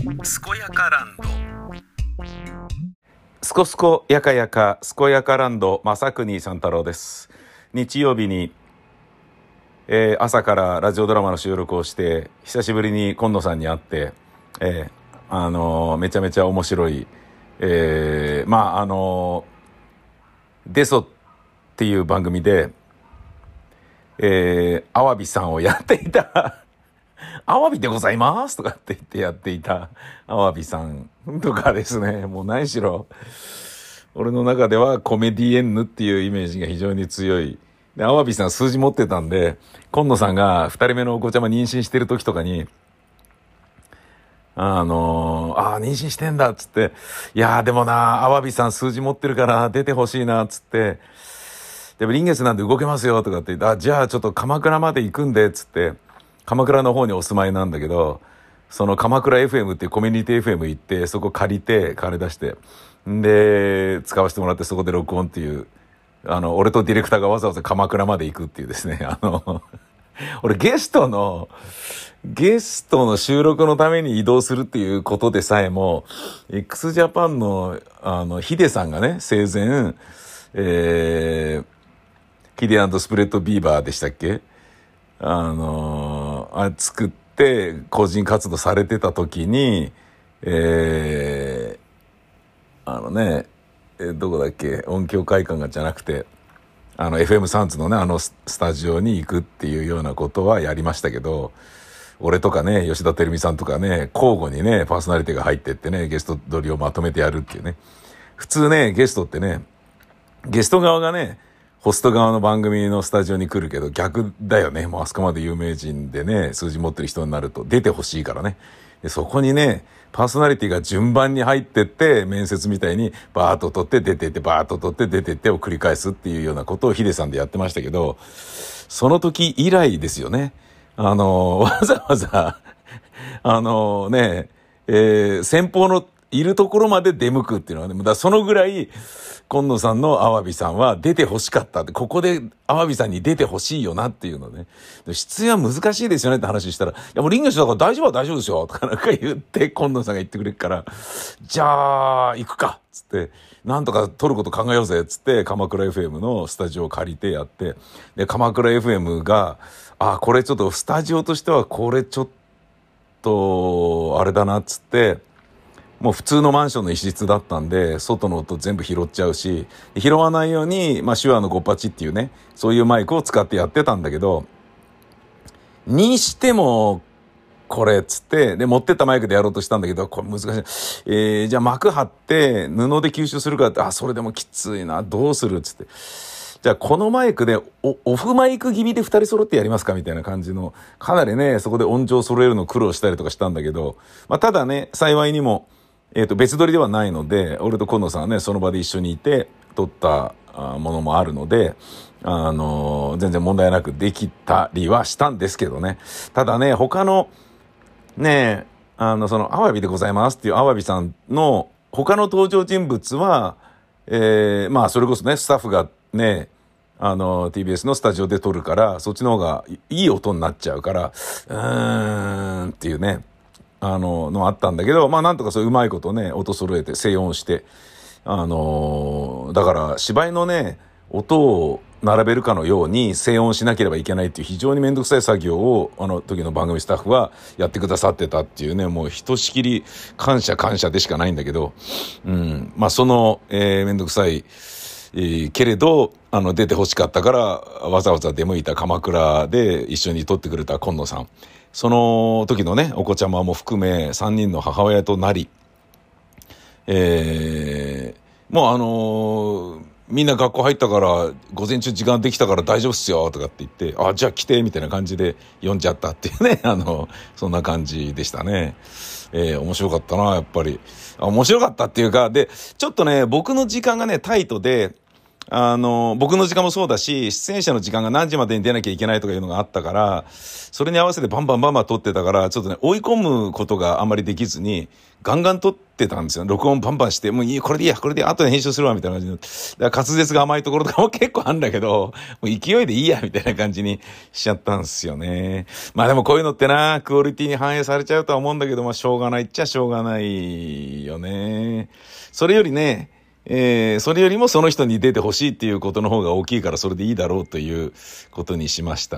すこやかランド。 すこすこやかやかすこやかランド正国三太郎です。日曜日に、朝からラジオドラマの収録をして久しぶりに今野さんに会って、めちゃめちゃ面白い、デソっていう番組で、アワビさんをやっていたアワビでございますとかって言ってやっていたアワビさんとかですね。もう何しろ俺の中ではコメディエンヌっていうイメージが非常に強い。で、アワビさん数字持ってたんで、今野さんが二人目のお子ちゃま妊娠してる時とかに、妊娠してんだっつって、いやーでもな、アワビさん数字持ってるから出てほしいなっつって、でも臨月なんで動けますよとかって言って、じゃあちょっと鎌倉まで行くんでっつって、鎌倉の方にお住まいなんだけど、その鎌倉 FM っていうコミュニティ FM 行って、そこ借りて、金出して、で、使わせてもらってそこで録音っていう、俺とディレクターがわざわざ鎌倉まで行くっていうですね、俺ゲストの収録のために移動するっていうことでさえも、x ジャパンの、ヒデさんがね、生前、ヒデ&スプレッドビーバーでしたっけ？作って個人活動されてた時に、どこだっけ、音響会館がじゃなくて、FM サンズのね、スタジオに行くっていうようなことはやりましたけど、俺とかね、吉田照美さんとかね、交互にね、パーソナリティが入ってってね、ゲスト撮りをまとめてやるっていうね。普通ね、ゲストってね、ゲスト側がね、ホスト側の番組のスタジオに来るけど、逆だよね。もうあそこまで有名人でね、数字持ってる人になると出てほしいからね。で、そこにね、パーソナリティが順番に入ってって、面接みたいにバーッと撮って出てって、バーッと撮って出てってを繰り返すっていうようなことをヒデさんでやってましたけど、その時以来ですよね。わざわざ、先方のいるところまで出向くっていうのはね、だからそのぐらい、今野さんのアワビさんは出て欲しかったって、ここでアワビさんに出て欲しいよなっていうのね。出演は難しいですよねって話したら、いやもう臨月だから大丈夫ですよとかなんか言って、今野さんが言ってくれるから、じゃあ、行くかっつって、なんとか撮ること考えようぜっつって、鎌倉 FM のスタジオを借りてやって、で、鎌倉 FM が、これちょっとスタジオとしてはこれちょっと、あれだなっつって、もう普通のマンションの一室だったんで、外の音全部拾っちゃうし、拾わないように、手話の58っていうね、そういうマイクを使ってやってたんだけど、にしても、これっつって、で、持ってったマイクでやろうとしたんだけど、これ難しい。じゃあ膜張って、布で吸収するかって、それでもきついな、どうするっつって。じゃあこのマイクでオフマイク気味で二人揃ってやりますかみたいな感じの、かなりね、そこで音情揃えるの苦労したりとかしたんだけど、ただね、幸いにも、別撮りではないので、俺と今野さんはね、その場で一緒にいて、撮ったものもあるので、全然問題なくできたりはしたんですけどね。ただね、他の、ね、その、アワビでございますっていうアワビさんの他の登場人物は、それこそね、スタッフがね、TBS のスタジオで撮るから、そっちの方がいい音になっちゃうから、っていうね、のあったんだけど、なんとかそういううまいことね、音揃えて、静音して、だから芝居のね、音を並べるかのように静音しなければいけないっていう非常にめんどくさい作業を、時の番組スタッフはやってくださってたっていうね、もうひとしきり感謝でしかないんだけど、その、めんどくさい、けれど、出て欲しかったから、わざわざ出向いた鎌倉で一緒に撮ってくれた今野さん。その時のね、お子ちゃまも含め3人の母親となり、もうみんな学校入ったから、午前中時間できたから大丈夫っすよ、とかって言って、じゃあ来て、みたいな感じで呼んじゃったっていうね、そんな感じでしたね。面白かったな、やっぱり。面白かったっていうか、で、ちょっとね、僕の時間がね、タイトで、僕の時間もそうだし、出演者の時間が何時までに出なきゃいけないとかいうのがあったから、それに合わせてバンバン撮ってたから、ちょっとね、追い込むことがあんまりできずに、ガンガン撮っってたんですよ。録音パンパンして、もういい、これでいいや、これでいいや、後で編集するわ、みたいな感じで。だから滑舌が甘いところとかも結構あるんだけど、もう勢いでいいや、みたいな感じにしちゃったんですよね。まあでもこういうのってな、クオリティに反映されちゃうとは思うんだけど、まあしょうがないっちゃしょうがないよね。それよりね、それよりもその人に出てほしいっていうことの方が大きいからそれでいいだろうということにしました。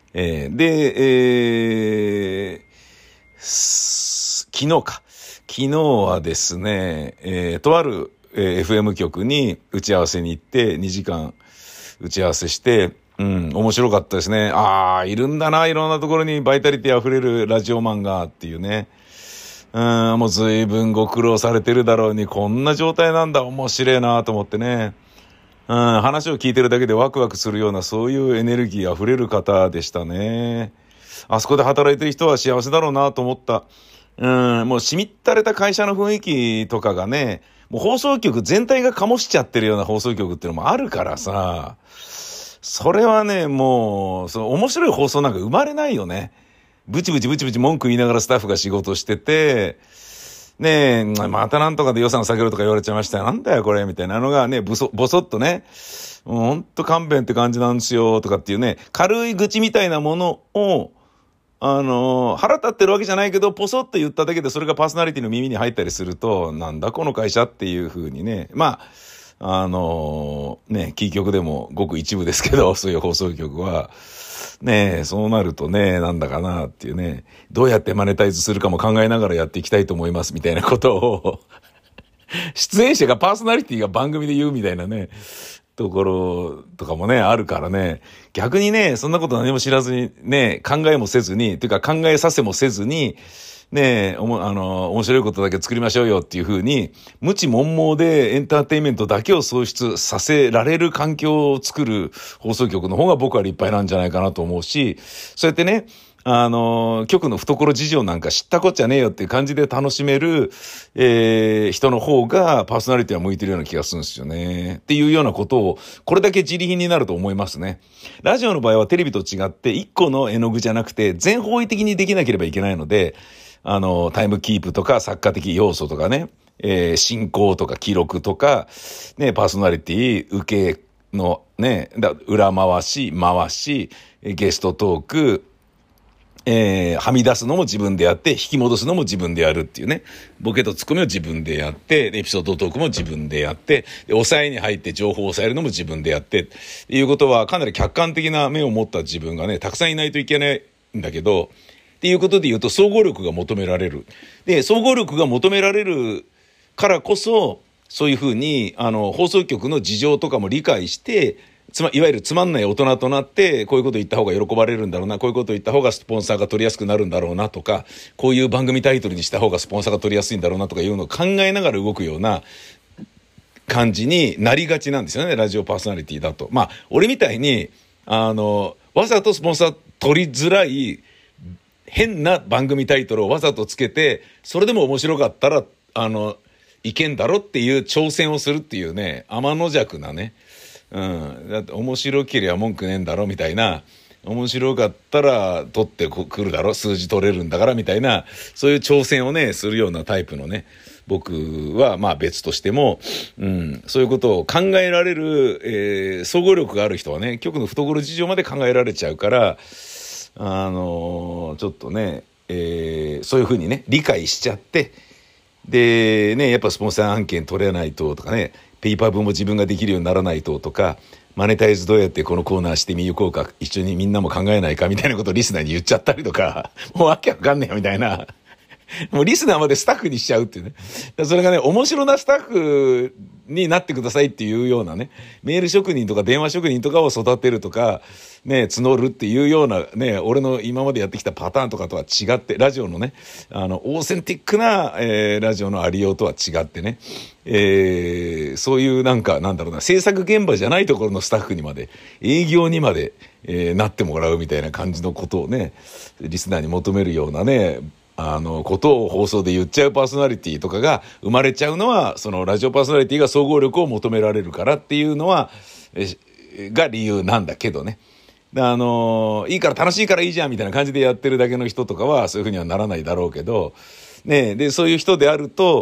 昨日はですね、とある、FM 局に打ち合わせに行って2時間打ち合わせして、面白かったですね。いるんだな、いろんなところにバイタリティ溢れるラジオマンがっていうね。もう随分ご苦労されてるだろうに、こんな状態なんだ、面白いなと思ってね。話を聞いてるだけでワクワクするような、そういうエネルギー溢れる方でしたね。あそこで働いてる人は幸せだろうなと思った。もうしみったれた会社の雰囲気とかがね、もう放送局全体が醸しちゃってるような放送局っていうのもあるからさ、それはね、もう、面白い放送なんか生まれないよね。ブチブチ文句言いながらスタッフが仕事してて、ねえ、またなんとかで予算下げろとか言われちゃいましたよ。なんだよこれみたいなのがね、ボソッとね、ほんと勘弁って感じなんですよとかっていうね、軽い愚痴みたいなものを、腹立ってるわけじゃないけど、ポソッと言っただけでそれがパーソナリティの耳に入ったりすると、なんだこの会社っていう風にね、まあ、キー局でもごく一部ですけど、そういう放送局は、ねえ、そうなるとね、なんだかなっていうね、どうやってマネタイズするかも考えながらやっていきたいと思いますみたいなことを、出演者がパーソナリティが番組で言うみたいなね、ところとかもね、あるからね、逆にね、そんなこと何も知らずにね、考えもせずに、というか考えさせもせずに、ねえ、面白いことだけ作りましょうよっていう風に、無知悶々でエンターテインメントだけを創出させられる環境を作る放送局の方が僕は立派なんじゃないかなと思うし、そうやってね、局の懐事情なんか知ったこっちゃねえよっていう感じで楽しめる、人の方がパーソナリティは向いてるような気がするんですよね。っていうようなことを、これだけ自利品になると思いますね。ラジオの場合はテレビと違って一個の絵の具じゃなくて全方位的にできなければいけないので、タイムキープとか作家的要素とかね、進行とか記録とか、ね、パーソナリティ、受けのね、裏回し、ゲストトーク、はみ出すのも自分でやって、引き戻すのも自分でやるっていうね。ボケとツッコミを自分でやって、エピソードトークも自分でやって、抑えに入って情報を抑えるのも自分でやって、っていうことはかなり客観的な目を持った自分がね、たくさんいないといけないんだけど、っていうことで言うと総合力が求められる。で、総合力が求められるからこそ、そういうふうに、放送局の事情とかも理解して、いわゆるつまんない大人となって、こういうこと言った方が喜ばれるんだろうな、こういうこと言った方がスポンサーが取りやすくなるんだろうなとか、こういう番組タイトルにした方がスポンサーが取りやすいんだろうなとかいうのを考えながら動くような感じになりがちなんですよね、ラジオパーソナリティだと。まあ、俺みたいに、わざとスポンサー取りづらい、変な番組タイトルをわざとつけて、それでも面白かったら、いけんだろっていう挑戦をするっていうね、天の弱なね、だって面白ければ文句ねえんだろみたいな、面白かったら取ってくるだろ、数字取れるんだからみたいな、そういう挑戦をね、するようなタイプのね、僕はまあ別としても、そういうことを考えられる、総合力がある人はね、局の懐事情まで考えられちゃうから、ちょっとね、そういうふうにね、理解しちゃって、でね、やっぱスポンサー案件取れないととかね、ペーパー分も自分ができるようにならないととか、マネタイズどうやってこのコーナーしてみようか、一緒にみんなも考えないかみたいなことをリスナーに言っちゃったりとか、もうわけわかんねえみたいな。もうリスナーまでスタッフにしちゃうっていうね。それがね、面白なスタッフになってくださいっていうようなね、メール職人とか電話職人とかを育てるとか、ね、募るっていうようなね、俺の今までやってきたパターンとかとは違って、ラジオのね、オーセンティックな、ラジオのありようとは違ってね、そういうなんだろうな、制作現場じゃないところのスタッフにまで、営業にまで、なってもらうみたいな感じのことをね、リスナーに求めるようなね、ことを放送で言っちゃうパーソナリティとかが生まれちゃうのは、そのラジオパーソナリティが総合力を求められるからっていうのは、が理由なんだけどね。いいから楽しいからいいじゃんみたいな感じでやってるだけの人とかはそういうふうにはならないだろうけど、ね、で、そういう人であると、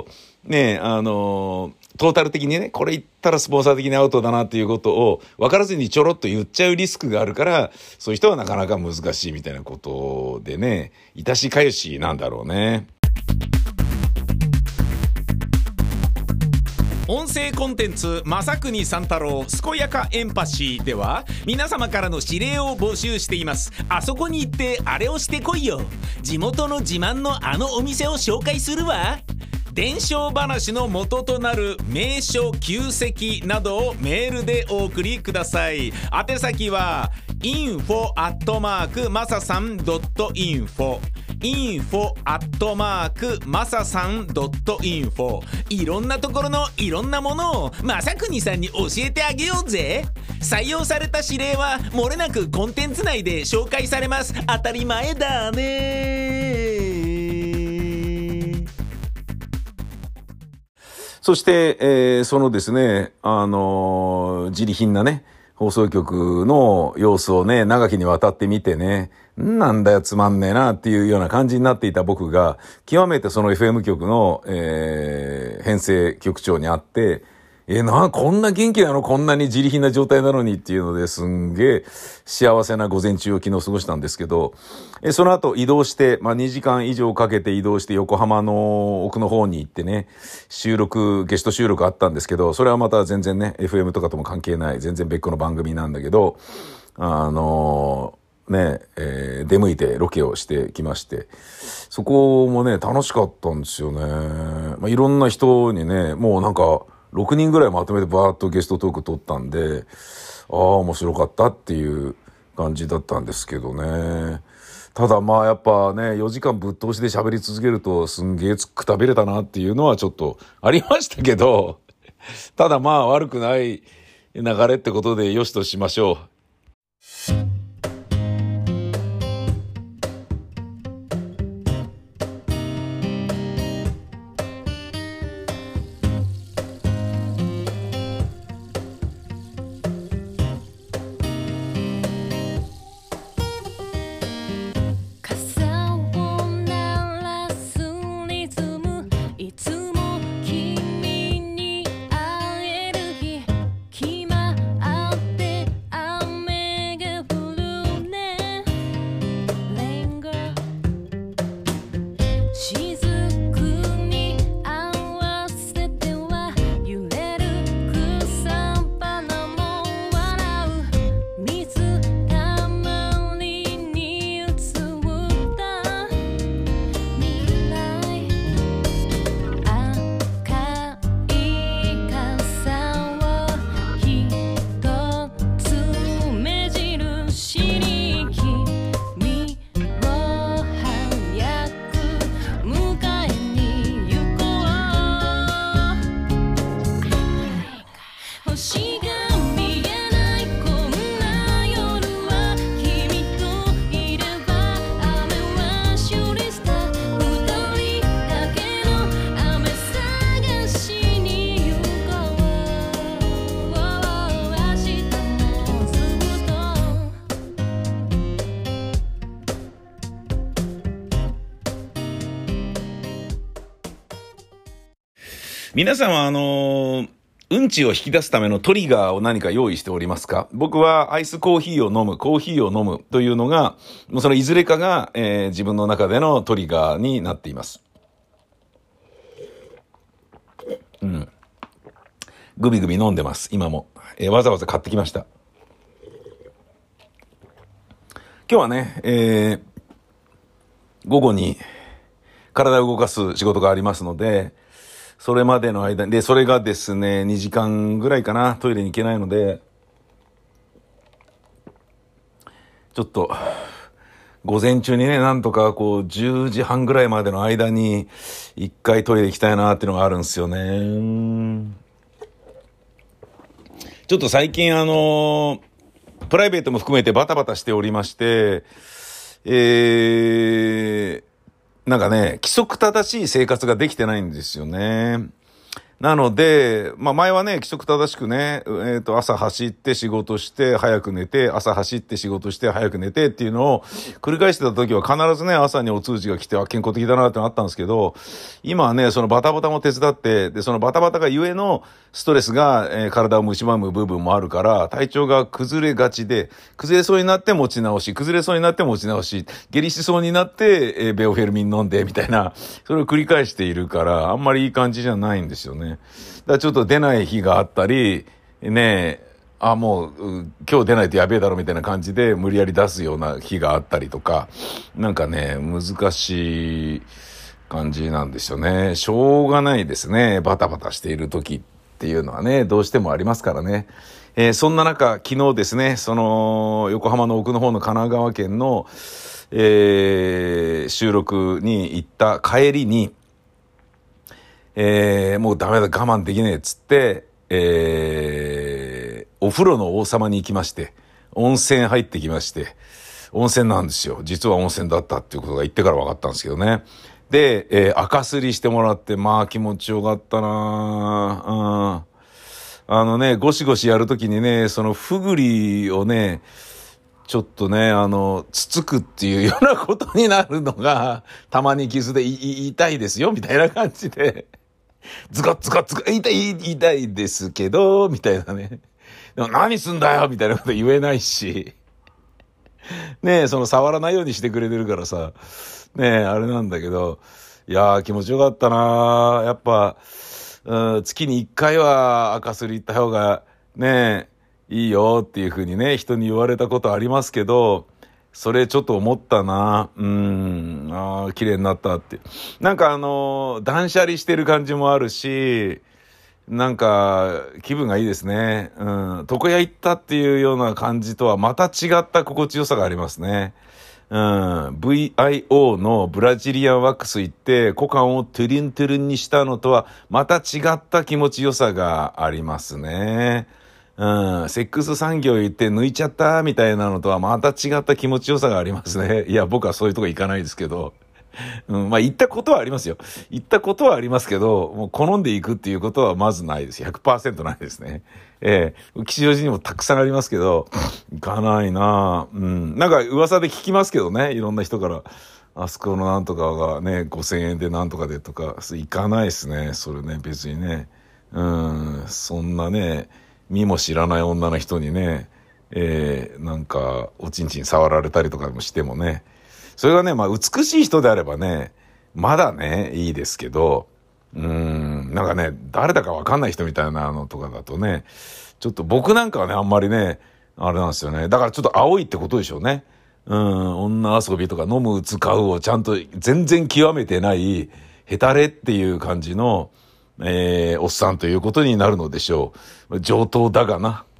ね、トータル的にね、これ言ったらスポンサー的にアウトだなっていうことを分からずにちょろっと言っちゃうリスクがあるから、そういう人はなかなか難しいみたいなことでね、いたしかゆしなんだろうね。音声コンテンツ正国三太郎健やかエンパシーでは皆様からの指令を募集しています。あそこに行ってあれをしてこいよ。地元の自慢のあのお店を紹介するわ。伝承話の元となる名所旧跡などをメールでお送りください。宛先は info@masasan.info info@masasan.info いろんなところのいろんなものを正国さんに教えてあげようぜ。採用された指令は漏れなくコンテンツ内で紹介されます。当たり前だね。そして、そのですね、自利品なね、放送局の様子をね、長きにわたって見てね、なんだよつまんねえなっていうような感じになっていた僕が、極めてその FM 局の、編成局長に会って、こんな元気なのこんなに自利品な状態なのにっていうのですんげえ幸せな午前中を昨日過ごしたんですけど、その後移動して、2時間以上かけて移動して横浜の奥の方に行ってね、ゲスト収録あったんですけど、それはまた全然ね、FM とかとも関係ない、全然別個の番組なんだけど、出向いてロケをしてきまして、そこもね、楽しかったんですよね。いろんな人にね、もうなんか、6人ぐらいまとめてバーッとゲストトーク撮ったんで、面白かったっていう感じだったんですけどね。ただやっぱね、4時間ぶっ通しで喋り続けるとすんげえくたびれたなっていうのはちょっとありましたけど、ただ悪くない流れってことでよしとしましょう。皆さんはうんちを引き出すためのトリガーを何か用意しておりますか？僕はアイスコーヒーを飲むというのが、そのいずれかが、自分の中でのトリガーになっています。グビグビ飲んでます、今も。わざわざ買ってきました。今日はね、午後に体を動かす仕事がありますので、それまでの間で、それがですね、2時間ぐらいかな、トイレに行けないので、ちょっと、午前中にね、なんとか10時半ぐらいまでの間に、一回トイレ行きたいなっていうのがあるんですよね。ちょっと最近プライベートも含めてバタバタしておりまして、なんかね、規則正しい生活ができてないんですよね。 なので、まあ前はね、規則正しくね、朝走って仕事して早く寝て、朝走って仕事して早く寝てっていうのを繰り返してた時は必ずね、朝にお通知が来て、健康的だなってのあったんですけど、今はね、そのバタバタも手伝って、で、そのバタバタがゆえのストレスが、体を蝕む部分もあるから、体調が崩れがちで、崩れそうになって持ち直し、崩れそうになって持ち直し、下痢しそうになって、ベオフェルミン飲んで、みたいな、それを繰り返しているから、あんまりいい感じじゃないんですよね。だからちょっと出ない日があったり、ねえ、もう、今日出ないとやべえだろみたいな感じで無理やり出すような日があったりとか、なんかね、難しい感じなんですよね。しょうがないですね。バタバタしている時っていうのはね、どうしてもありますからね。そんな中、昨日ですね、その、横浜の奥の方の神奈川県の、収録に行った帰りに、もうダメだ、我慢できねえっつって、お風呂の王様に行きまして、温泉入ってきまして、温泉なんですよ。実は温泉だったっていうことが言ってから分かったんですけどね。で、赤すりしてもらって、まあ気持ちよかったなぁ。ゴシゴシやるときにね、そのふぐりをね、ちょっとね、つつくっていうようなことになるのが、たまに傷で痛いですよ、みたいな感じで。ズカッズカッズカ痛いですけど、みたいなね。でも何すんだよみたいなこと言えないし。ねえ、その触らないようにしてくれてるからさ。ねえ、あれなんだけど。いやー気持ちよかったなー。やっぱ、月に1回は赤すり行った方が、ねえ、いいよっていう風にね、人に言われたことありますけど、それちょっと思ったな。綺麗になったって。なんか断捨離してる感じもあるし、なんか気分がいいですね。床屋行ったっていうような感じとはまた違った心地よさがありますね。VIO のブラジリアンワックス行って股間をトゥルントゥルンにしたのとはまた違った気持ちよさがありますね。セックス産業行って抜いちゃったみたいなのとはまた違った気持ちよさがありますね。いや、僕はそういうとこ行かないですけど。まあ行ったことはありますよ。行ったことはありますけど、もう好んで行くっていうことはまずないです。100% ないですね。吉祥寺にもたくさんありますけど、行かないななんか噂で聞きますけどね、いろんな人から。あそこのなんとかがね、5000円でなんとかでとか、行かないですね。それね、別にね。そんなね、見も知らない女の人にね、なんか、おちんちん触られたりとかもしてもね、それがね、まあ、美しい人であればね、まだね、いいですけど、なんかね、誰だかわかんない人みたいなのとかだとね、ちょっと僕なんかはね、あんまりね、あれなんですよね。だからちょっと青いってことでしょうね。女遊びとか飲む使うをちゃんと全然極めてない、ヘタレっていう感じの、おっさんということになるのでしょう。上等だがな。